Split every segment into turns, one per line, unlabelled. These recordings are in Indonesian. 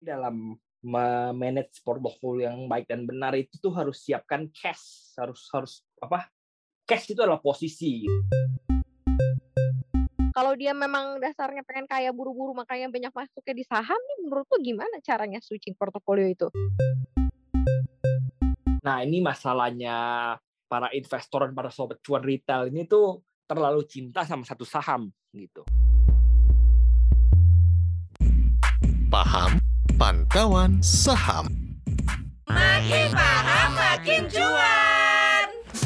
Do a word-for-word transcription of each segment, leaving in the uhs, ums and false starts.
dalam manage portofolio yang baik dan benar itu tuh harus siapkan cash, harus harus apa? Cash itu adalah posisi.
Kalau dia memang dasarnya pengen kaya buru-buru makanya banyak masuknya di saham nih, menurut lu gimana caranya switching portofolio itu?
Nah, ini masalahnya para investor dan para sobat cuan retail ini tuh terlalu cinta sama satu saham gitu.
Paham Pantauan Saham.
Makin paham makin cuan.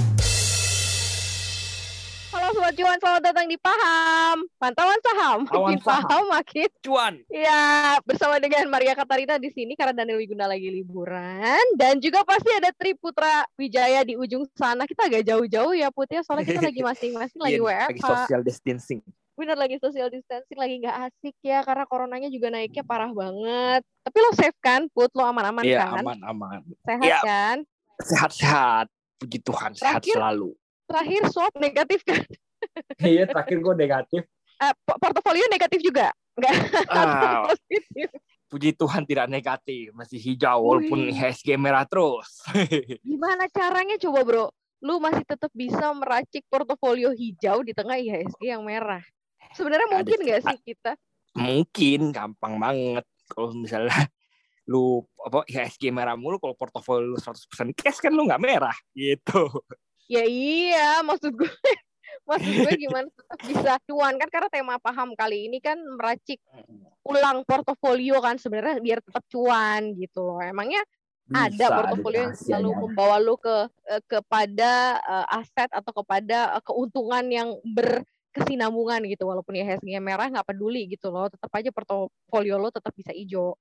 Halo Sobat Cuan, selamat datang di Paham Pantauan Saham.
Pantauan
Makin
Saham.
paham makin
Cuan.
ya, bersama dengan Maria Katarina di sini karena Daniel Wiguna lagi liburan dan juga pasti ada Tri Putra Wijaya di ujung sana. Kita agak jauh-jauh ya Put ya, soalnya kita lagi masing-masing lagi W F H.
Lagi social distancing.
Bener, lagi social distancing, lagi nggak asik ya karena coronanya juga naiknya parah banget. Tapi lo safe kan Put? Lo aman-aman
Iya,
kan?
aman-aman.
Sehat
Iya.
kan?
Sehat-sehat. Puji Tuhan, sehat
Terakhir-
selalu.
Terakhir swab negatif kan?
Iya, terakhir gue negatif.
Eh, po- portofolio negatif juga? Enggak.
Ah,
Positif.
puji Tuhan tidak negatif, masih hijau walaupun
Wih.
I H S G merah terus.
Gimana caranya coba bro? Lu masih tetap bisa meracik portofolio hijau di tengah I H S G yang merah. Sebenarnya
Ada
mungkin nggak
sih.
sih kita?
Mungkin gampang banget kalau misalnya lu apa I H S G merah mulu, kalau portofolio lu seratus persen cash kan lu nggak merah gitu.
Ya iya, maksud gue, maksud gue gimana tetap bisa cuan kan karena tema paham kali ini kan meracik ulang portofolio kan sebenarnya biar tetap cuan gitu loh. Emangnya ada portofolio yang selalu membawa lu ke eh, kepada eh, aset atau kepada eh, keuntungan yang berkesinambungan gitu walaupun I H S G merah nggak peduli gitu loh, tetap aja portofolio lo tetap bisa hijau.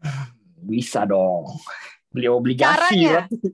Bisa dong. Beli obligasi.
Caranya?
Berarti.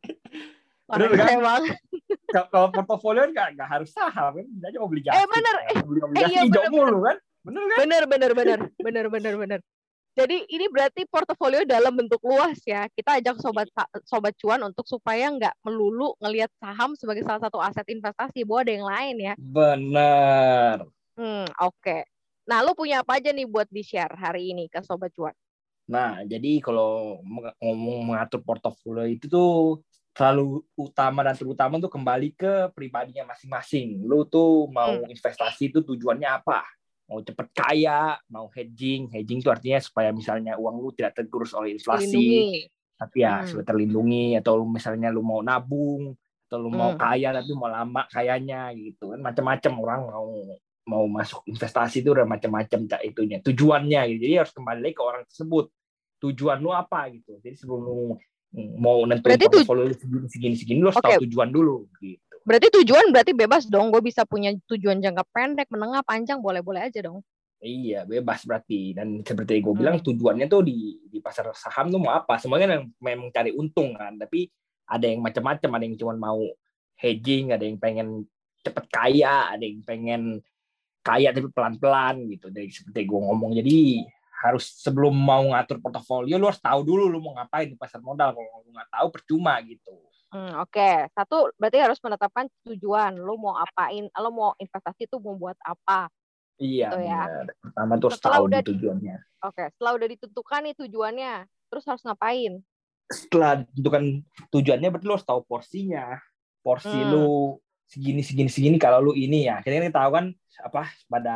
Wah,
Bener kan?
emang.
Kalau- Kalau portofolio kan nggak nggak harus saham kan, bisa aja obligasi.
Eh, bener.
Kan? Beli obligasi
iya,
hijau
bener,
mulu kan? Bener kan?
Bener, bener, bener, bener, bener, bener. Jadi ini berarti portofolio dalam bentuk luas ya. Kita ajak sobat sobat cuan untuk supaya nggak melulu ngelihat saham sebagai salah satu aset investasi, bahwa ada yang lain ya.
Bener.
Hmm, oke. Nah, lu punya apa aja nih buat di-share hari ini ke sobat cuan?
Nah, jadi kalau meng- ngomong mengatur portofolio itu tuh terlalu utama dan terutama tuh kembali ke pribadinya masing-masing. Lu tuh mau
Hmm.
investasi itu tujuannya apa? Mau cepet kaya, mau hedging. Hedging itu artinya supaya misalnya uang lu tidak tergerus oleh inflasi,
Dilindungi.
tapi ya
Hmm.
supaya terlindungi. Atau misalnya lu mau nabung, atau lu mau
Hmm.
kaya tapi mau lama kayanya gitu kan. Macam-macam orang mau mau masuk investasi itu udah macam-macam cak itunya, tujuannya gitu. Jadi harus kembali lagi ke orang tersebut. Tujuan lu apa gitu. Jadi sebelum lu mau nentuin
Berarti tuj-
portofolio lu segini segini segini, lu harus
Oke.
tahu tujuan dulu gitu.
Berarti tujuan berarti bebas dong. Gue bisa punya tujuan jangka pendek, menengah, panjang, boleh-boleh aja dong.
Iya, bebas berarti. Dan seperti gue bilang,
Hmm.
tujuannya tuh di di pasar saham tuh mau apa? Semuanya yang memang cari untung kan. Tapi ada yang macam-macam, ada yang cuma mau hedging, ada yang pengen cepet kaya, ada yang pengen kaya tapi pelan-pelan gitu. Jadi seperti gue ngomong, jadi harus sebelum mau ngatur portofolio, lu harus tahu dulu lu mau ngapain di pasar modal. Kalau lu nggak tahu, percuma gitu.
Hmm, Oke, satu berarti harus menetapkan tujuan. Lo mau apain? Lo mau investasi itu mau buat apa?
Iya,
Gitu ya.
benar. Pertama tuh harus
Setelah
tahu
udah-
dulu tujuannya.
Oke, setelah udah ditentukan nih tujuannya, terus harus ngapain?
Setelah tentukan tujuannya, berarti lu harus tahu porsinya. Porsi
Hmm.
lu segini segini segini, kalau lu ini ya. Kita ini tahu kan apa pada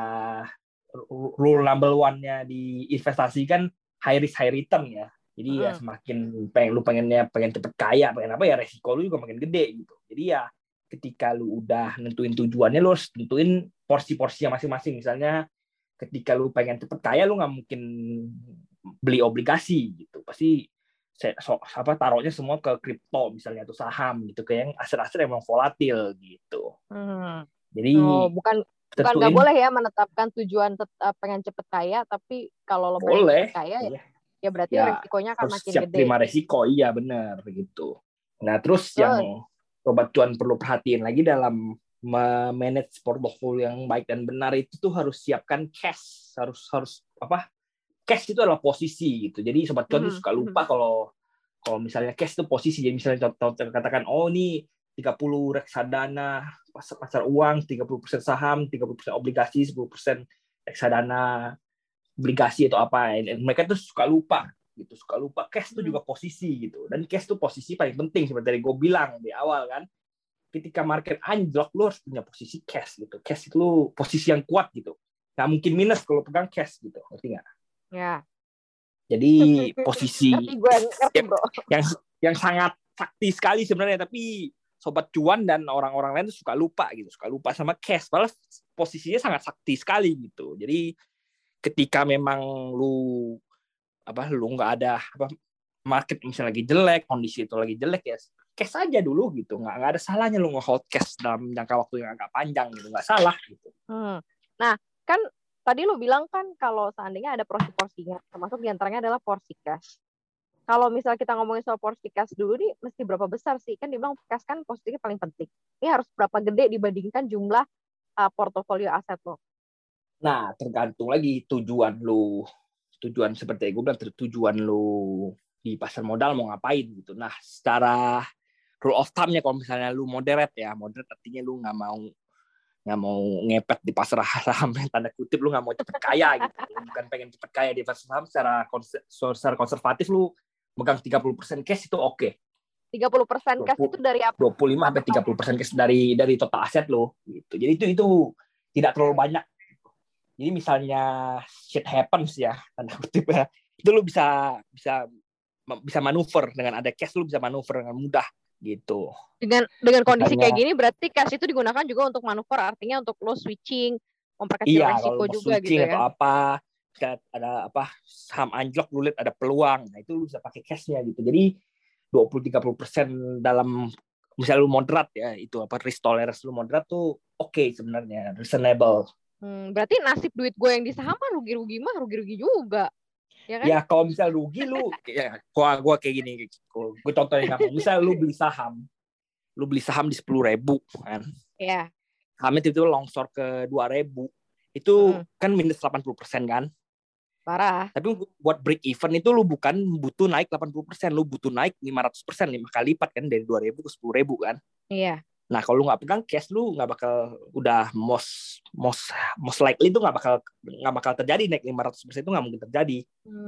rule number one-nya di investasi kan high risk high return ya. Jadi ya
Hmm.
semakin pengen lu pengennya pengen cepet kaya, pengen apa ya, resiko lu juga makin gede gitu. Jadi ya ketika lu udah nentuin tujuannya, lu harus tentuin porsi-porsinya masing-masing. Misalnya ketika lu pengen cepet kaya, lu nggak mungkin beli obligasi gitu. Pasti se- so, apa taruhnya semua ke kripto misalnya atau saham gitu, kayak yang aset-aset emang volatil gitu.
Hmm.
Jadi
Oh, bukan bukan nggak
tentuin
boleh ya menetapkan tujuan tet- eh, pengen cepet kaya, tapi kalau lo pengen
boleh.
cepet kaya ya,
Boleh.
ya berarti
Ya,
resikonya akan
harus
makin
siap
gede.
terima resiko, iya benar gitu. Nah terus
Terus?
yang sobat cuan perlu perhatiin lagi dalam manage portofolio yang baik dan benar itu tuh harus siapkan cash, harus harus apa? Cash itu adalah posisi gitu. Jadi sobat cuan tuh
Mhm,
suka lupa kalau kalau misalnya cash itu posisi. Jadi misalnya contoh katakan, oh ini tiga puluh reksadana pasar, pasar uang, tiga puluh persen saham, tiga puluh persen obligasi, sepuluh persen reksadana obligasi atau apa. Mereka tuh suka lupa gitu, suka lupa cash itu juga posisi gitu. Dan cash itu posisi paling penting seperti tadi gue bilang di awal kan. Ketika market anjlok lu harus punya posisi cash gitu. Cash itu lu posisi yang kuat gitu. Nggak mungkin minus kalau pegang cash gitu, ngerti nggak?
Ya.
Jadi posisi
ngerti gue, ngerti bro.
yang yang sangat sakti sekali sebenarnya, tapi sobat cuan dan orang-orang lain tuh suka lupa gitu, suka lupa sama cash. Padahal posisinya sangat sakti sekali gitu. Jadi ketika memang lu apa lu nggak ada apa market misalnya lagi jelek, kondisi itu lagi jelek ya cash aja dulu gitu. Nggak nggak ada salahnya lu nge-hold cash dalam jangka waktu yang agak panjang gitu, nggak salah gitu.
Hmm. Nah kan tadi lu bilang kan kalau seandainya ada porsi-porsinya, termasuk diantaranya adalah porsi cash. Kalau misalnya kita ngomongin soal porsi cash dulu nih, mesti berapa besar sih? Kan dibilang cash kan posisinya paling penting. Ini harus berapa gede dibandingkan jumlah uh, portofolio aset lo?
Nah, tergantung lagi tujuan lu. Tujuan seperti gue bilang, tujuan lu di pasar modal mau ngapain gitu. Nah, secara rule of thumb-nya kalau misalnya lu moderate ya, moderate artinya lu nggak mau nggak mau ngepet di pasar saham, tanda kutip lu nggak mau cepet kaya gitu. Lu bukan pengen cepet kaya di pasar saham, secara, konser, secara konservatif lu megang tiga puluh persen cash itu oke. Okay.
tiga puluh persen cash itu dari apa?
dua puluh lima sampai tiga puluh persen cash dari dari total aset lo gitu. Jadi itu itu tidak terlalu banyak. Jadi misalnya shit happens ya, tanda kutip ya, itu lu bisa bisa bisa manuver dengan ada cash, lu bisa manuver dengan mudah gitu.
Dengan dengan kondisi
misalnya,
kayak gini berarti cash itu digunakan juga untuk manuver, artinya untuk lo switching, memperkecil
iya,
resiko juga gitu ya.
Atau apa, ada apa saham anjlok lu lihat ada peluang, nah itu lu bisa pakai cashnya gitu. Jadi dua puluh sampai tiga puluh persen dalam misalnya lu moderat ya, itu apa risk tolerance lu moderat tuh oke okay sebenarnya, reasonable.
Hmm, berarti nasib duit gue yang di saham mah rugi-rugi mah rugi-rugi juga. Ya kan?
Ya kalau misal rugi lu ya gua gua kayak gini, gue contohin kamu. Misal lu beli saham, lu beli saham di sepuluh ribu kan.
Iya.
Sahamnya tiba-tiba longsor ke dua ribu. Itu hmm. kan minus delapan puluh persen kan?
Parah.
Tapi buat break even itu lu bukan butuh naik delapan puluh persen, lu butuh naik lima ratus persen, lima kali lipat kan, dari dua ribu ke sepuluh ribu kan.
Iya.
Nah, kalau lu nggak pegang cash, lu nggak bakal udah most most most likely itu nggak bakal nggak bakal terjadi naik lima ratus persen, itu nggak mungkin terjadi.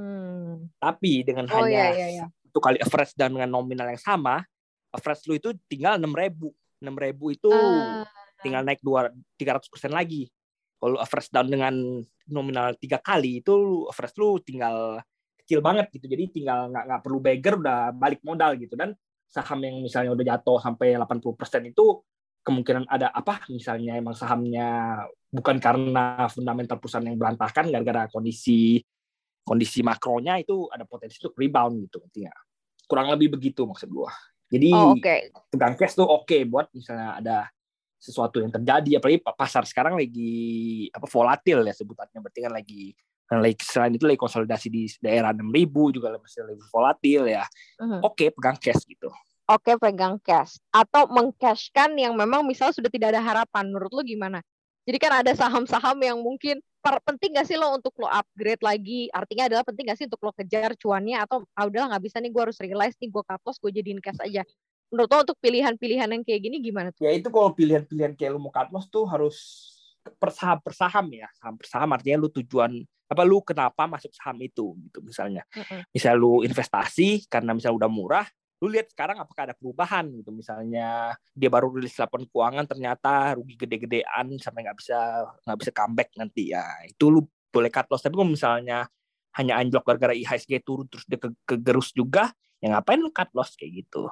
Hmm. Tapi dengan
oh,
hanya
iya, iya, iya.
satu kali average dan dengan nominal yang sama, average lu itu tinggal enam ribu. enam ribu itu uh. tinggal naik tiga ratus persen lagi. Kalau average down dengan nominal tiga kali, itu average lu tinggal kecil banget gitu. Jadi tinggal nggak nggak perlu beggar, udah balik modal gitu. Dan saham yang misalnya udah jatuh sampai delapan puluh persen itu kemungkinan ada apa, misalnya emang sahamnya bukan karena fundamental perusahaan yang berantakan, gara-gara kondisi kondisi makronya itu ada potensi untuk rebound gitu. Artinya kurang lebih begitu maksud gua. Jadi oh, okay. pegang cash tuh oke okay buat misalnya ada sesuatu yang terjadi, apalagi pasar sekarang lagi apa volatil ya sebutannya, berarti kan lagi lagi selain itu lagi konsolidasi di daerah enam ribu juga masih lebih volatil ya. Uh-huh. Oke, okay, pegang cash gitu.
Oke, okay, pegang cash atau mengcashkan yang memang misalnya sudah tidak ada harapan. Menurut lo gimana? Jadi kan ada saham-saham yang mungkin penting nggak sih lo untuk lo upgrade lagi? Artinya adalah penting nggak sih untuk lo kejar cuannya, atau ah udahlah nggak bisa nih, gue harus realize nih, gue cut loss, gue jadiin cash aja. Menurut lo untuk pilihan-pilihan yang kayak gini gimana tuh?
Ya itu kalau pilihan-pilihan kayak lu mau cut loss tuh harus persaham persaham ya, saham persaham artinya lu tujuan apa, lu kenapa masuk saham itu gitu misalnya. Uh-uh. Misal lu investasi karena misal udah murah, lu lihat sekarang apakah ada perubahan gitu. Misalnya dia baru rilis laporan keuangan ternyata rugi gede-gedean sampai nggak bisa nggak bisa comeback nanti ya, itu lu boleh cut loss. Tapi kalau misalnya hanya anjlok gara-gara I H S G turun terus dia ke- kegerus juga, ya ngapain lu cut loss kayak gitu.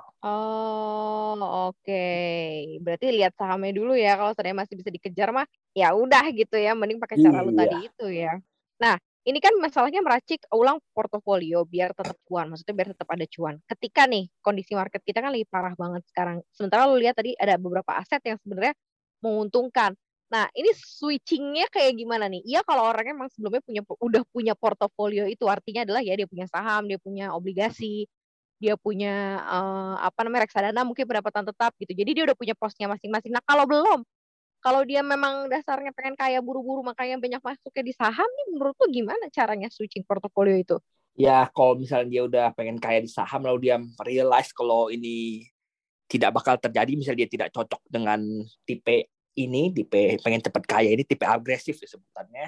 Oh, oke. Okay. Berarti lihat sahamnya dulu ya. Kalau seandainya masih bisa dikejar mah, ya udah gitu ya. Mending pakai cara iya. lu tadi itu ya. Nah, ini kan masalahnya meracik ulang portofolio biar tetap cuan. Maksudnya biar tetap ada cuan. Ketika nih kondisi market kita kan lagi parah banget sekarang. Sementara lu lihat tadi ada beberapa aset yang sebenarnya menguntungkan. Nah, ini switchingnya kayak gimana nih? Iya, kalau orangnya memang sebelumnya punya udah punya portofolio itu, artinya adalah ya dia punya saham, dia punya obligasi, dia punya uh, apa namanya reksadana, mungkin pendapatan tetap gitu. Jadi dia udah punya posnya masing-masing. Nah, kalau belum, kalau dia memang dasarnya pengen kaya buru-buru makanya banyak masuknya di saham nih, menurut lu gimana caranya switching portofolio itu?
Ya, kalau misalnya dia udah pengen kaya di saham lalu dia realize kalau ini tidak bakal terjadi, misalnya dia tidak cocok dengan tipe ini, tipe pengen cepat kaya ini, tipe agresif sebutannya.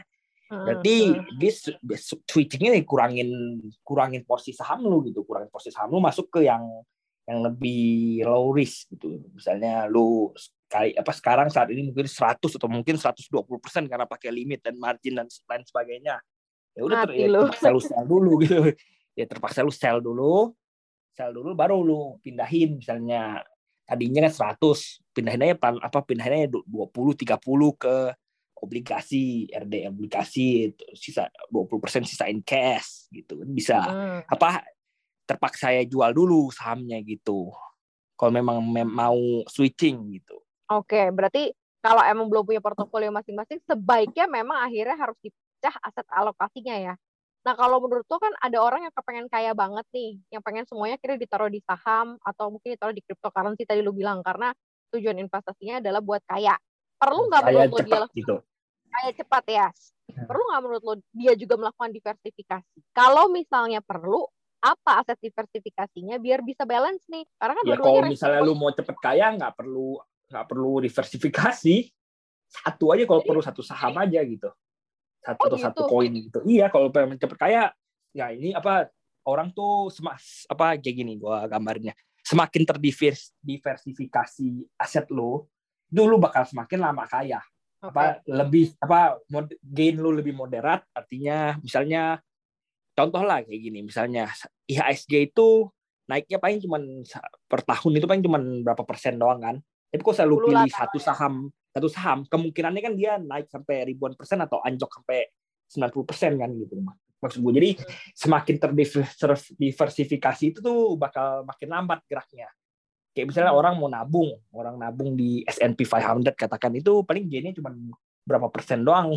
Berarti dia switchingnya kurangin kurangin porsi saham lu gitu, kurangin porsi saham lu masuk ke yang yang lebih low risk gitu. Misalnya lu sekali apa sekarang saat ini mungkin seratus atau mungkin seratus dua puluh persen karena pakai limit dan margin dan lain sebagainya. Ya udah ter, ya, terpaksa lu sell dulu gitu. Ya terpaksa lu sell dulu. Sell dulu baru lu pindahin misalnya tadinya kan seratus, pindahin aja apa pindahin aja dua puluh tiga puluh ke obligasi, R D obligasi, sisa dua puluh persen sisain cash gitu. Bisa hmm. apa terpaksa saya jual dulu sahamnya gitu. Kalau memang mem- mau switching gitu.
Oke, berarti kalau emang belum punya portofolio masing-masing sebaiknya memang akhirnya harus dipecah aset alokasinya ya. Nah, kalau menurut lo kan ada orang yang kepengen kaya banget nih, yang pengen semuanya kira ditaruh di saham atau mungkin ditaruh di cryptocurrency tadi lo bilang karena tujuan investasinya adalah buat kaya. Perlu nggak menurut lo dia
gitu.
kaya cepat ya? Perlu nggak menurut lo dia juga melakukan diversifikasi? Kalau misalnya perlu, apa aset diversifikasinya biar bisa balance nih? Karena kan
ya kalau misalnya lu mau cepet kaya nggak perlu nggak perlu diversifikasi, satu aja kalau Jadi, perlu satu saham aja gitu, satu oh, atau gitu? Satu koin gitu. Iya kalau pengen cepet kaya ya ini apa orang tuh semas apa kayak gini gua gambarnya, semakin terdiversifikasi aset lu, dulu bakal semakin lama kaya. Okay. Apa lebih apa gain lu lebih moderat, artinya misalnya contoh lah kayak gini, misalnya I H S G itu naiknya paling cuma per tahun itu paling cuma berapa persen doang kan. Tapi kok selalu pilih satu saham, satu saham, kemungkinannya kan dia naik sampai ribuan persen atau anjlok sampai sembilan puluh persen kan gitu. Maksud gue, jadi semakin terdiversifikasi itu tuh bakal makin lambat geraknya. Kayak misalnya hmm. orang mau nabung, orang nabung di S and P lima ratus katakan itu paling gainnya cuma berapa persen doang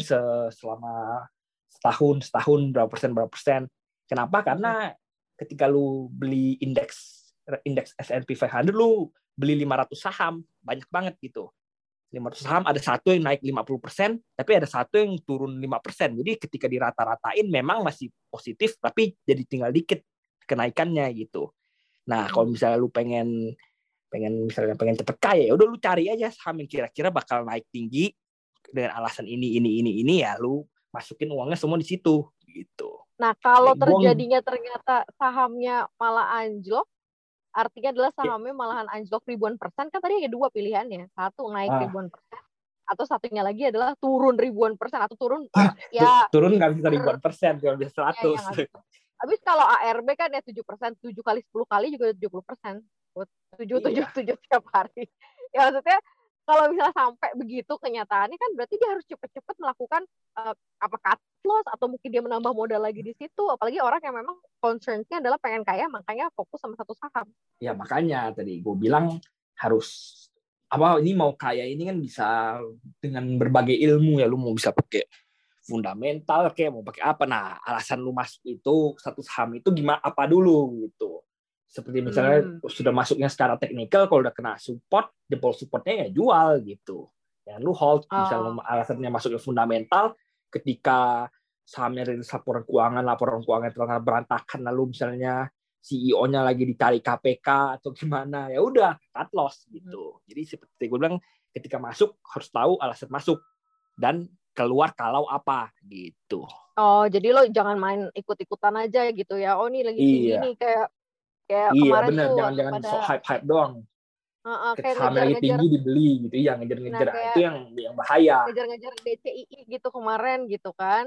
selama setahun, setahun berapa persen, berapa persen. Kenapa? Karena ketika lu beli indeks indeks S and P lima ratus, lu beli lima ratus saham, banyak banget gitu. lima ratus saham, ada satu yang naik lima puluh persen, tapi ada satu yang turun lima persen. Jadi ketika dirata-ratain memang masih positif, tapi jadi tinggal dikit kenaikannya gitu. Nah, kalau misalnya lu pengen pengen misalnya pengen cepet kaya, ya udah lu cari aja saham yang kira-kira bakal naik tinggi dengan alasan ini, ini, ini, ini, ya lu masukin uangnya semua di situ gitu.
Nah, kalau terjadinya ternyata sahamnya malah anjlok, artinya adalah sahamnya malahan anjlok ribuan persen, kan tadi ada dua pilihannya. Satu naik ah. ribuan persen, atau satunya lagi adalah turun ribuan persen, atau turun uh, ya
turun nggak bisa ribuan persen, cuma bisa seratus.
Ya, ya, habis kalau A R B kan ya tujuh persen, tujuh kali sepuluh kali juga tujuh puluh persen. tujuh, tujuh, tujuh tiap hari. Ya maksudnya kalau misalnya sampai begitu kenyataannya kan berarti dia harus cepet-cepet melakukan uh, apa cut loss atau mungkin dia menambah modal lagi di situ. Apalagi orang yang memang concern-nya adalah pengen kaya, makanya fokus sama satu saham.
Ya makanya tadi gue bilang harus apa ini mau kaya ini kan bisa dengan berbagai ilmu ya, lu mau bisa pakai fundamental kayak mau pakai apa. Nah, alasan lu masuk itu satu saham itu gimana apa dulu gitu. Seperti misalnya hmm. sudah masuknya secara teknikal, kalau udah kena support, jebol supportnya ya jual gitu. Ya lu hold, misalnya oh. alasannya masuknya fundamental, ketika sahamnya rilis laporan keuangan, laporan keuangan telah berantakan, lalu misalnya C E O-nya lagi dicari K P K atau gimana, ya udah cut loss gitu. Hmm. Jadi seperti gue bilang, ketika masuk harus tahu alasan masuk dan keluar kalau apa gitu.
Oh, jadi lo jangan main ikut-ikutan aja gitu ya. Oh, ini lagi tinggi
iya.
nih kayak kayak
iya,
kemarin
bener.
tuh
jangan jangan
pada...
so hype-hype doang.
Uh, uh, kayak
saham lagi tinggi dibeli gitu, iya ngejar-ngejar. Nah, itu yang yang bahaya.
Ngejar-ngejar D C I I gitu kemarin gitu kan.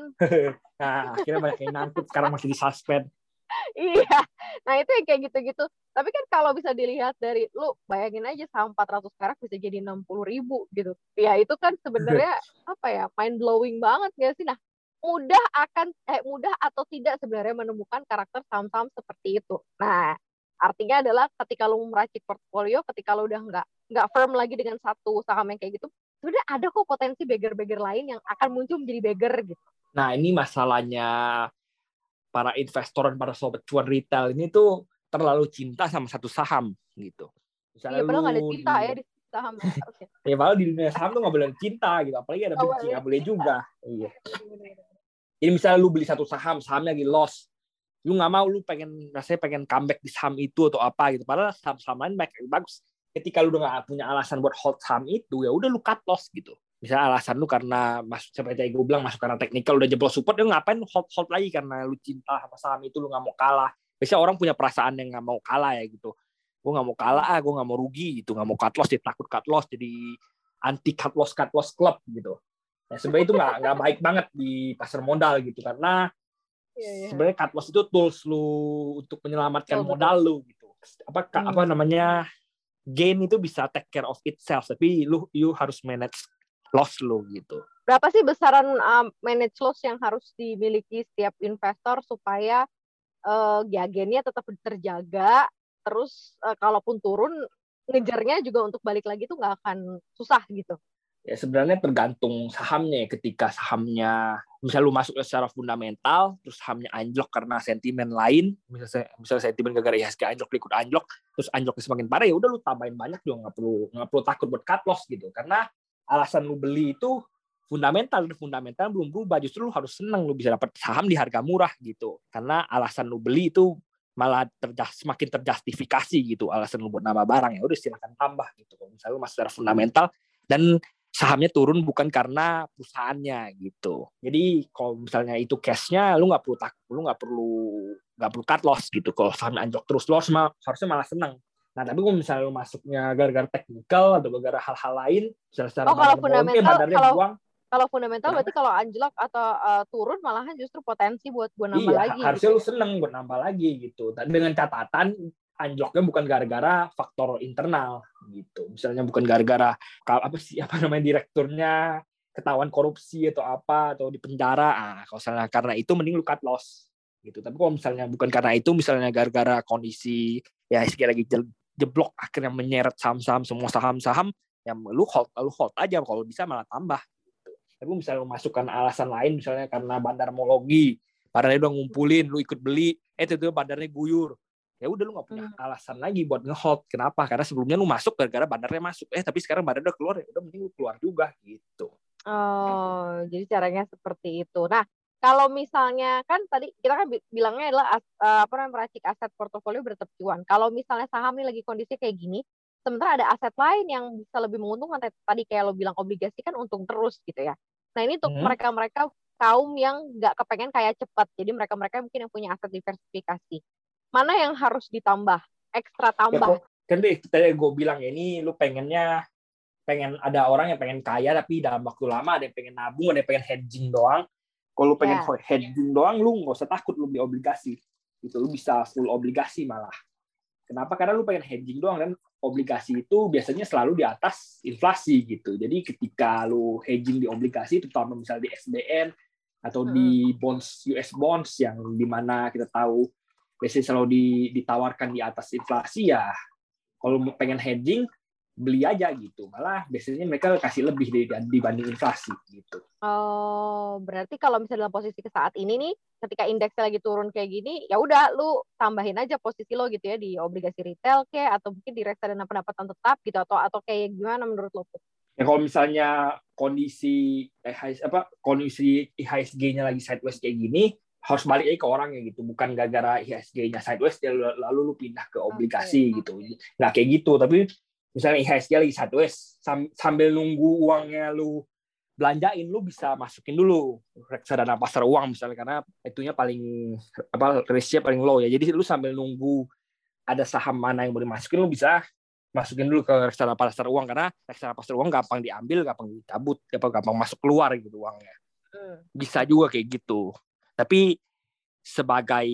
Nah, akhirnya banyak yang nangkut, sekarang masih di suspend.
Iya, nah itu yang kayak gitu-gitu. Tapi kan kalau bisa dilihat dari, lu bayangin aja saham empat ratus perak bisa jadi enam puluh ribu gitu. Ya itu kan sebenarnya apa ya, mind blowing banget gak sih? Nah, mudah akan eh mudah atau tidak sebenarnya menemukan karakter saham-saham seperti itu. Nah, artinya adalah ketika lu meracik portfolio, ketika lu udah nggak nggak firm lagi dengan satu saham yang kayak gitu, sebenarnya ada kok potensi beggar-beggar lain yang akan muncul menjadi beggar gitu.
Nah, ini masalahnya para investor dan para sobat cuan retail ini tuh terlalu cinta sama satu saham gitu.
Misalnya iya, padahal nggak ada cinta di... ya di saham.
Ya, padahal di dunia saham tuh nggak boleh cinta gitu, apalagi ada benci, nggak boleh juga. Iya. Jadi misalnya lu beli satu saham, sahamnya lagi loss, lu nggak mau, lu pengen rasanya pengen comeback di saham itu atau apa gitu, padahal saham-saham lain baik bagus, ketika lu udah nggak punya alasan buat hold saham itu, ya udah lu cut loss gitu. Misalnya alasan lu karena masuk seperti gue bilang masuk karena teknikal udah jebol support, lu ngapain lu hold hold lagi karena lu cinta sama saham itu, lu nggak mau kalah. Biasanya orang punya perasaan yang nggak mau kalah ya gitu. Gue nggak mau kalah, ah, gue nggak mau rugi gitu, nggak mau cut loss, jadi takut cut loss, jadi anti cut loss cut loss club gitu. Ya, sebenarnya itu nggak nggak baik banget di pasar modal gitu, karena yeah, yeah. sebenarnya cut loss itu tools lu untuk menyelamatkan oh, modal betul. Lu gitu. Apa hmm. apa namanya gain itu bisa take care of itself, tapi lu you harus manage loss lu gitu.
Berapa sih besaran um, manage loss yang harus dimiliki setiap investor supaya uh, ya gainnya tetap terjaga, terus uh, kalaupun turun ngejarnya juga untuk balik lagi tuh nggak akan susah gitu?
Ya sebenarnya tergantung sahamnya. Ketika sahamnya misal lu masuk secara fundamental, terus sahamnya anjlok karena sentimen lain, misalnya misal sentimen gara-gara I H S G anjlok, ikut anjlok, terus anjloknya semakin parah, ya udah lu tambahin banyak juga, nggak perlu nggak perlu takut buat cut loss gitu. Karena alasan lu beli itu fundamental, fundamental belum berubah, justru lu harus seneng lu bisa dapat saham di harga murah gitu. Karena alasan lu beli itu malah terjas, semakin terjustifikasi gitu, alasan lu buat nambah barang, ya udah silakan tambah gitu. Kalau misalnya lu masuk secara fundamental dan sahamnya turun bukan karena perusahaannya gitu. Jadi kalau misalnya itu cash-nya, lu nggak perlu tak, lu nggak perlu nggak perlu cut loss gitu. Kalau saham anjlok terus loss, mah harusnya malah seneng. Nah tapi kalau misalnya lu masuknya gara-gara technical atau gara-gara hal-hal lain, secara
oh, kalau fundamental, kalau
buang,
kalau fundamental berarti kalau anjlok atau uh, turun malahan justru potensi buat gue nambah
iya,
lagi.
Harusnya
gitu.
Lu seneng buat nambah lagi gitu. Dan dengan catatan anjloknya bukan gara-gara faktor internal gitu. Misalnya bukan gara-gara apa sih apa namanya direkturnya ketahuan korupsi atau apa atau di penjara. Ah, kalau misalnya karena itu mending lu cut loss gitu. Tapi kalau misalnya bukan karena itu, misalnya gara-gara kondisi ya sekali lagi jeblok akhirnya menyeret saham-saham, semua saham-saham, ya lu hold lu hold aja, kalau bisa malah tambah gitu. Tapi misalnya lu masukkan alasan lain, misalnya karena bandarmologi, bandarnya udah ngumpulin, lu ikut beli, eh itu bandarnya guyur. Ya udah lu nggak punya hmm. alasan lagi buat nge-hold. Kenapa? Karena sebelumnya lu masuk gara-gara bandarnya masuk. Eh tapi sekarang bandar udah keluar, ya udah mending lu keluar juga gitu.
Oh, jadi caranya seperti itu. Nah, kalau misalnya kan tadi kita kan bilangnya adalah uh, apa namanya meracik aset portofolio bertetap cuan. Kalau misalnya saham ini lagi kondisi kayak gini, sementara ada aset lain yang bisa lebih menguntungkan, tadi kayak lo bilang obligasi kan untung terus gitu ya. Nah ini untuk hmm. mereka-mereka kaum yang nggak kepengen kaya cepat. Jadi mereka-mereka mungkin yang punya aset diversifikasi. Mana yang harus ditambah, ekstra tambah?
Ya, kan deh, kita gue bilang ya, ini lu pengennya, pengen ada orang yang pengen kaya tapi dalam waktu lama, ada yang pengen nabung, ada yang pengen hedging doang. Kalau lu pengen yeah. hedging doang, lu nggak usah takut lu beli obligasi. Itu lu bisa full obligasi malah. Kenapa? Karena lu pengen hedging doang, dan obligasi itu biasanya selalu di atas inflasi gitu. Jadi ketika lu hedging di obligasi, terutama misalnya di S B N atau hmm. di bonds U S bonds yang dimana kita tahu biasanya selalu ditawarkan di atas inflasi, ya kalau pengen hedging beli aja gitu, malah biasanya mereka kasih lebih dibanding inflasi gitu.
Oh, berarti kalau misalnya dalam posisi ke saat ini nih, ketika indeksnya lagi turun kayak gini, ya udah lu tambahin aja posisi lo gitu ya di obligasi retail kayak, atau mungkin di reksadana pendapatan tetap gitu, atau atau kayak gimana menurut lo?
Ya kalau misalnya kondisi eh, apa kondisi I H S G-nya lagi sideways kayak gini, harus balik lagi ke orangnya gitu, bukan gara-gara I H S G-nya sideways lalu lu pindah ke obligasi okay. gitu. Nggak kayak gitu, tapi misalnya I H S G lagi sideways, sambil nunggu uangnya lu belanjain, lu bisa masukin dulu reksadana pasar uang misalnya, karena itunya paling apa risk-nya paling low ya. Jadi lu sambil nunggu ada saham mana yang boleh masukin, lu bisa masukin dulu ke reksadana pasar uang, karena reksadana pasar uang gampang diambil, gampang dicabut, gampang masuk keluar gitu uangnya. Bisa juga kayak gitu. Tapi sebagai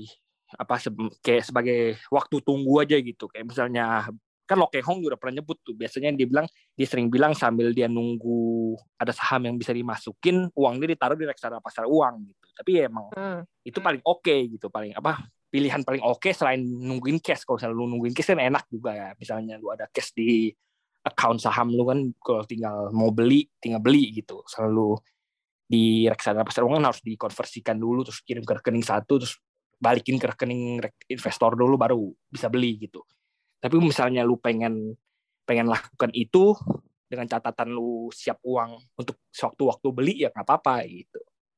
apa kayak sebagai waktu tunggu aja gitu, kayak misalnya kan Lo Keng Hong udah pernah nyebut tuh, biasanya dia bilang dia sering bilang sambil dia nunggu ada saham yang bisa dimasukin, uang dia ditaruh di reksadana pasar uang gitu. Tapi ya emang hmm. itu paling oke okay, gitu, paling apa pilihan paling oke okay selain nungguin cash. Kalau misalnya lu nungguin cash kan enak juga ya, misalnya lu ada cash di account saham lu kan, kalau tinggal mau beli tinggal beli gitu. Selalu di reksadana pasar uang harus dikonversikan dulu, terus kirim ke rekening satu, terus balikin ke rekening investor dulu baru bisa beli gitu. Tapi misalnya lu pengen pengen lakukan itu dengan catatan lu siap uang untuk sewaktu-waktu beli, ya nggak apa-apa gitu.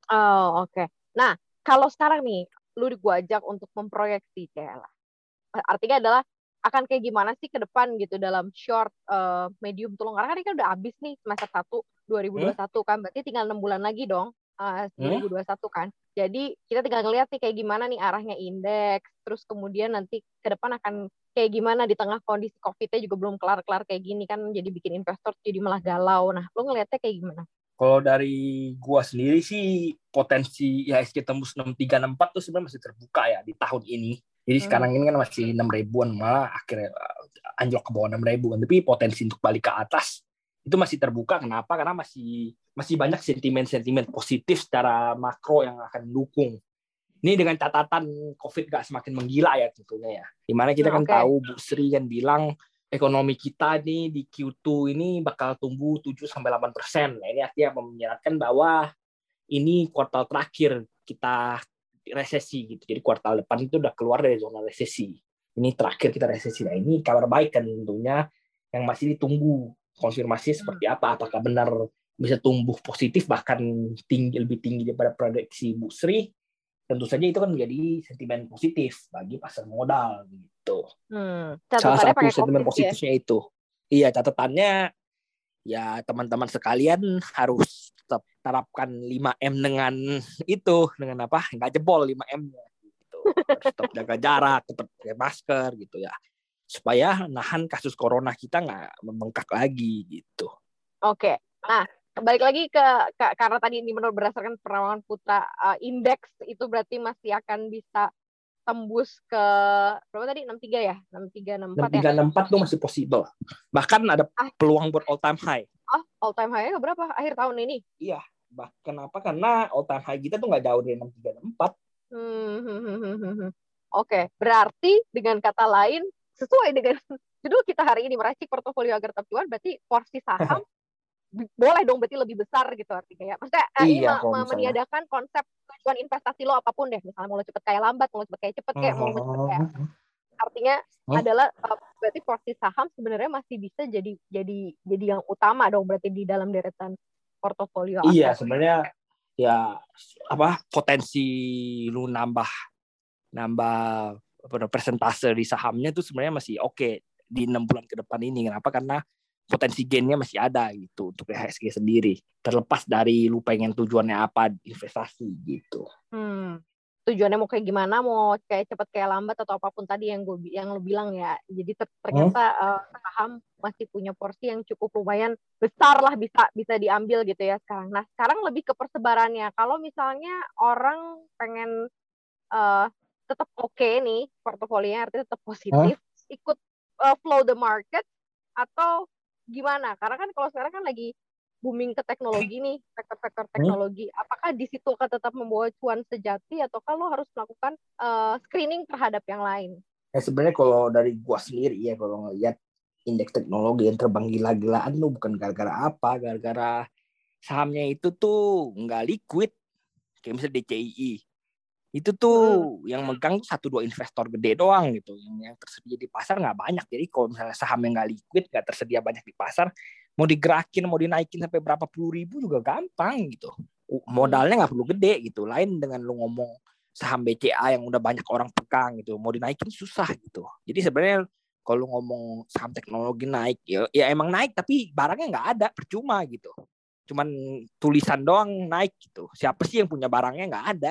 Oh oke. Okay. Nah kalau sekarang nih lu gua ajak untuk memproyeksi kayak lah, artinya adalah akan kayak gimana sih ke depan gitu dalam short, uh, medium to long. Karena kan ini kan udah habis nih semester satu dua ribu dua puluh satu kan, berarti tinggal enam bulan lagi dong, uh, dua ribu dua puluh satu kan. Jadi kita tinggal ngeliat nih kayak gimana nih arahnya indeks, terus kemudian nanti ke depan akan kayak gimana di tengah kondisi COVID-nya juga belum kelar-kelar kayak gini kan, jadi bikin investor jadi malah galau. Nah, lo ngeliatnya kayak gimana?
Kalau dari gua sendiri sih potensi I H S G tembus enam tiga enam empat tuh sebenarnya masih terbuka ya di tahun ini. Jadi hmm. sekarang ini kan masih enam ribuan, malah akhirnya anjlok ke bawah enam ribuan. Tapi potensi untuk balik ke atas itu masih terbuka. Kenapa? Karena masih masih banyak sentimen-sentimen positif secara makro yang akan mendukung. Ini dengan catatan COVID gak semakin menggila ya tentunya ya. Dimana kita kan okay. tahu Bu Sri kan bilang ekonomi kita nih di Q dua ini bakal tumbuh tujuh sampai delapan persen. Nah, ini artinya menyeratkan bahwa ini kuartal terakhir kita resesi gitu. Jadi kuartal depan itu udah keluar dari zona resesi. Ini terakhir kita resesi. Nah, ini kabar baik kan tentunya yang masih ditunggu konfirmasi seperti apa. Apakah benar bisa tumbuh positif bahkan tinggi lebih tinggi daripada prediksi Bu Sri? Tentu saja itu kan menjadi sentimen positif bagi pasar modal gitu. Hmm, salah satu sentimen positifnya ya? Itu. Iya, catatannya ya teman-teman sekalian harus tetap terapkan lima M dengan itu, dengan apa? Nggak jebol lima M-nya gitu. Tetap jaga jarak, tetap pakai masker gitu ya. Supaya nahan kasus corona kita nggak membengkak lagi gitu.
Oke. Nah, balik lagi ke, ke karena tadi ini menurut berdasarkan perawanan Putra, uh, indeks itu berarti masih akan bisa tembus ke berapa tadi enam tiga ya? enam tiga enam empat ya?
enam tiga enam empat tuh masih possible. Bahkan ada ah. peluang buat all time high.
Oh, all time high-nya berapa akhir tahun ini?
Iya, bahkan apa? Karena all time high kita tuh nggak jauh dari enam tiga enam empat.
Hmm, hmm, hmm, hmm, hmm. Oke, okay. Berarti dengan kata lain sesuai dengan judul kita hari ini meracik portofolio agar tetap cuan, berarti porsi saham boleh dong berarti lebih besar gitu artinya ya. Maksudnya iya, ini ma- meniadakan konsep tujuan investasi lo apapun deh. Misalnya mau lo cepet kayak lambat, mau lo cepet kayak cepet kayak uh-huh. mau lo cepet kayak artinya huh? adalah uh, berarti porsi saham sebenarnya masih bisa jadi jadi jadi yang utama dong berarti di dalam deretan portofolio.
Iya, sebenarnya ya apa potensi lu nambah nambah persentase di sahamnya tuh sebenarnya masih oke okay di enam bulan ke depan ini. Kenapa? Karena potensi gainnya masih ada gitu untuk I H S G sendiri. Terlepas dari lu pengen tujuannya apa investasi gitu.
Hmm. Tujuannya mau kayak gimana, mau kayak cepet kayak lambat atau apapun tadi yang gue yang lu bilang ya. Jadi ternyata hmm? uh, saham masih punya porsi yang cukup lumayan besar lah bisa bisa diambil gitu ya sekarang. Nah, sekarang lebih ke persebarannya. Kalau misalnya orang pengen uh, tetap oke okay nih portofolionya artinya tetap positif, hmm? ikut uh, flow the market atau gimana? Karena kan kalau sekarang kan lagi booming ke teknologi nih, sektor-sektor teknologi. Apakah di situ akan tetap membawa cuan sejati atau kalau harus melakukan uh, screening terhadap yang lain?
Ya sebenarnya kalau dari gua sendiri ya kalau ngelihat indeks teknologi yang terbang gila-gilaan tuh bukan gara-gara apa, gara-gara sahamnya itu tuh nggak liquid. Kayak misalnya D C I I. Itu tuh hmm. yang megang tuh satu dua investor gede doang gitu. Yang, yang tersedia di pasar nggak banyak. Jadi kalau misalnya saham yang nggak liquid, nggak tersedia banyak di pasar, mau digerakin, mau dinaikin sampai berapa puluh ribu juga gampang gitu. Modalnya nggak perlu gede gitu. Lain dengan lu ngomong saham B C A yang udah banyak orang pegang gitu, mau dinaikin susah gitu. Jadi sebenarnya kalau lu ngomong saham teknologi naik, ya, ya emang naik tapi barangnya nggak ada, percuma gitu. Cuman tulisan doang naik gitu. Siapa sih yang punya barangnya nggak ada?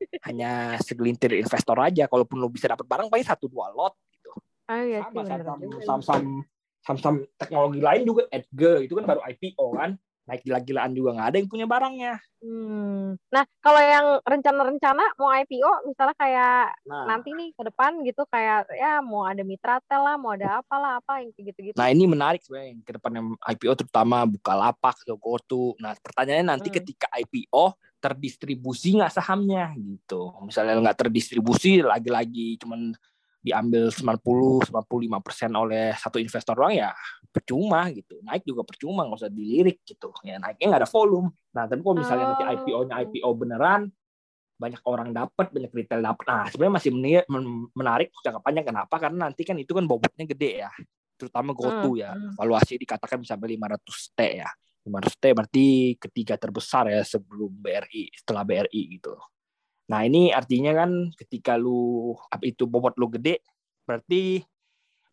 Hanya segelintir investor aja. Kalaupun lo bisa dapat barang paling satu dua lot gitu.
Oh, iya,
sama saham-saham saham-saham teknologi lain juga Edgar itu kan baru I P O kan, naik gila-gilaan juga nggak ada yang punya barangnya.
Hmm. Nah kalau yang rencana-rencana mau I P O misalnya kayak nah. nanti nih ke depan gitu kayak ya mau ada Mitratel lah, mau ada apalah apa yang gitu-gitu.
Nah ini menarik sebenarnya yang ke depan yang I P O terutama Bukalapak, GoTo. Nah pertanyaannya nanti hmm. ketika I P O terdistribusi nggak sahamnya gitu. Misalnya nggak terdistribusi, lagi-lagi cuman diambil sembilan puluh sampai sembilan puluh lima persen oleh satu investor doang ya percuma gitu. Naik juga percuma, nggak usah dilirik gitu. Ya naiknya nggak ada volume. Nah tapi kalau misalnya oh. nanti I P O-nya I P O beneran, banyak orang dapat, banyak retail dapat. Nah sebenarnya masih menarik jangka panjang. Kenapa? Karena nanti kan itu kan bobotnya gede ya. Terutama GoTo hmm. ya. Valuasi dikatakan bisa sampai lima ratus T ya. lima ratus T berarti ketiga terbesar ya sebelum B R I, setelah B R I gitu. Nah ini artinya kan ketika lu itu bobot lu gede, berarti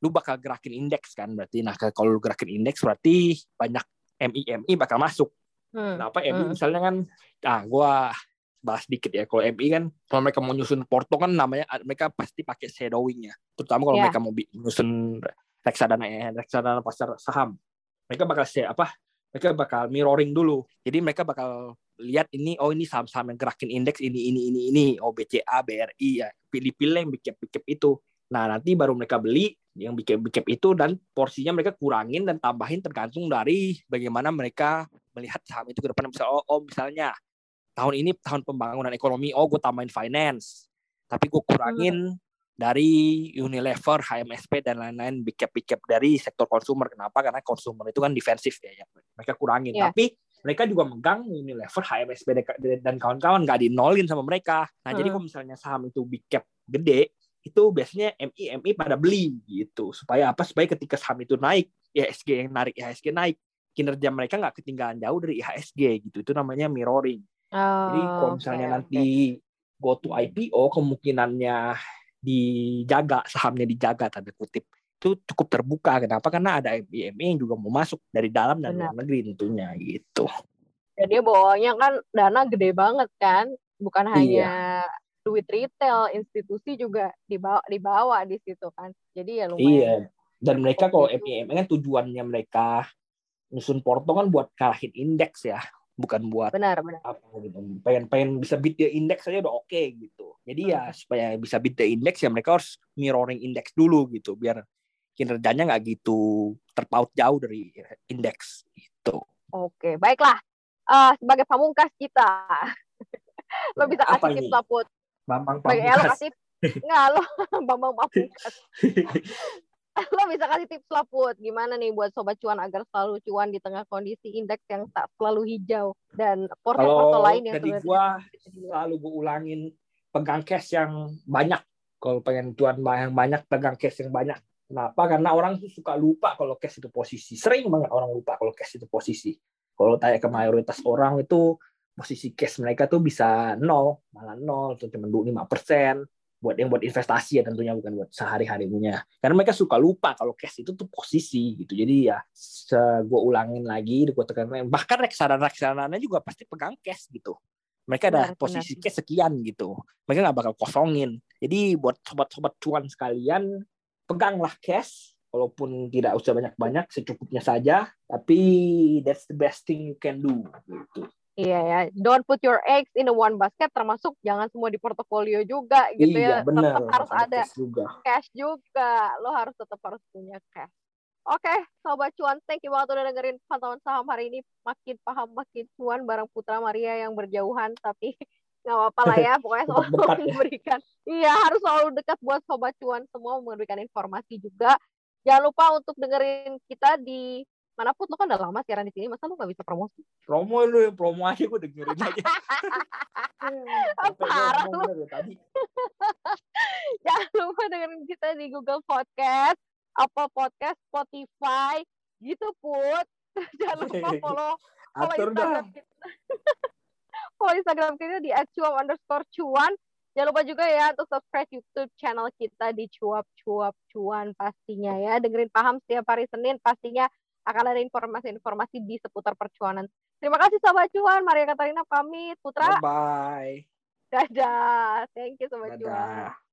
lu bakal gerakin indeks kan berarti. Nah kalau lu gerakin indeks berarti banyak M I M I bakal masuk.
Hmm.
Kenapa M I
Hmm.
misalnya kan, ah gue bahas dikit ya. Kalau M I kan, kalau mereka mau nyusun porto kan namanya mereka pasti pakai shadowing ya. Terutama kalau
Yeah.
mereka mau nyusun reksadana ya, reksadana pasar saham. Mereka bakal share apa? Mereka bakal mirroring dulu. Jadi mereka bakal lihat ini, oh ini saham-saham yang gerakin indeks ini, ini, ini, ini. Oh B C A, B R I ya. Pilih-pilih yang bicap-bicap itu. Nah nanti baru mereka beli yang bicap-bicap itu dan porsinya mereka kurangin dan tambahin tergantung dari bagaimana mereka melihat saham itu ke depan. Misalnya, oh, oh misalnya tahun ini tahun pembangunan ekonomi, oh gue tambahin finance. Tapi gue kurangin hmm. dari Unilever, H M S P dan lain-lain big cap big cap dari sektor konsumer. Kenapa? Karena konsumer itu kan defensif ya, ya. Mereka kurangin. Yeah. Tapi mereka juga megang Unilever, H M S P dan kawan-kawan nggak dinolin sama mereka. Nah hmm. jadi kalau misalnya saham itu big cap gede, itu biasanya M I M I pada beli gitu. Supaya apa? Supaya ketika saham itu naik, I H S G yang narik I H S G naik, kinerja mereka nggak ketinggalan jauh dari I H S G gitu. Itu namanya mirroring. Oh, jadi kalau misalnya okay, nanti okay. go to I P O, kemungkinannya dijaga, sahamnya dijaga tanda kutip, itu cukup terbuka. Kenapa? Karena ada M I M I yang juga mau masuk dari dalam dan luar negeri tentunya gitu.
Jadi bawahnya kan dana gede banget kan, bukan hanya
iya.
duit retail, institusi juga dibawa dibawa di situ kan. Jadi ya lumayan.
Iya. Dan mereka kalau M I M I kan tujuannya mereka nyusun porto kan buat kalahin indeks ya. Bukan buat
benar, benar.
apa gitu. Pengen pengen bisa beat the index aja udah oke okay, gitu. Jadi hmm. ya supaya bisa beat the index ya mereka harus mirroring index dulu gitu biar kinerjanya nggak gitu terpaut jauh dari indeks gitu.
Oke, baiklah. Uh, sebagai pamungkas kita, lo bisa kasih tips lah Put.
Bambang
Pamungkas. Ya, lo kasih nggak lo Bambang Pamungkas. Lo bisa kasih tips lah Put, gimana nih buat sobat cuan agar selalu cuan di tengah kondisi indeks yang tak selalu hijau dan porto-porto lain yang
sebenarnya. Kalau gua selalu gue ulangin pegang cash yang banyak. Kalau pengen cuan yang banyak, pegang cash yang banyak. Kenapa? Karena orang tuh suka lupa kalau cash itu posisi. Sering banget orang lupa kalau cash itu posisi. Kalau tanya ke mayoritas orang itu posisi cash mereka tuh bisa nol, malah nol, atau cuma lima persen. Buat yang buat investasi ya tentunya, bukan buat sehari-harinya. Karena mereka suka lupa kalau cash itu tuh posisi gitu. Jadi ya gue ulangin lagi, gue tekankan. Bahkan reksadana-reksadana juga pasti pegang cash gitu. Mereka ada benar, posisi benar. Cash sekian gitu. Mereka nggak bakal kosongin. Jadi buat sobat-sobat cuan sekalian, peganglah cash. Walaupun tidak usah banyak-banyak, secukupnya saja. Tapi that's the best thing you can do gitu.
Iya ya, don't put your eggs in the one basket, termasuk jangan semua di portofolio juga gitu
iya,
ya.
Bener,
tetap harus ada
cash juga.
cash juga. Lo harus tetap harus punya cash. Oke, okay, sobat cuan, thank you banget udah dengerin pantauan saham hari ini. Makin paham makin cuan bareng Putra Maria yang berjauhan, tapi nggak apa-apa lah ya. Pokoknya selalu dekat, memberikan. Ya? Iya, harus selalu dekat buat sobat cuan semua, memberikan informasi juga. Jangan lupa untuk dengerin kita di mana Put, lo kan udah lama siaran di sini, masa lo gak bisa promosi?
Promo lu, promo aja gue dengerin aja.
Parah lu. Tadi. Jangan lupa dengerin kita di Google Podcast, Apple Podcast, Spotify, gitu Put. Jangan lupa follow, follow Instagram kita. Follow Instagram kita di at cuap underscore cuan. Jangan lupa juga ya untuk subscribe YouTube channel kita di Cuap Cuap Cuan pastinya ya. Dengerin Paham setiap hari Senin pastinya akan ada informasi-informasi di seputar percuanan. Terima kasih Sobat Cuan. Maria Katarina pamit. Putra.
Bye-bye.
Dadah. Thank you Sobat Cuan.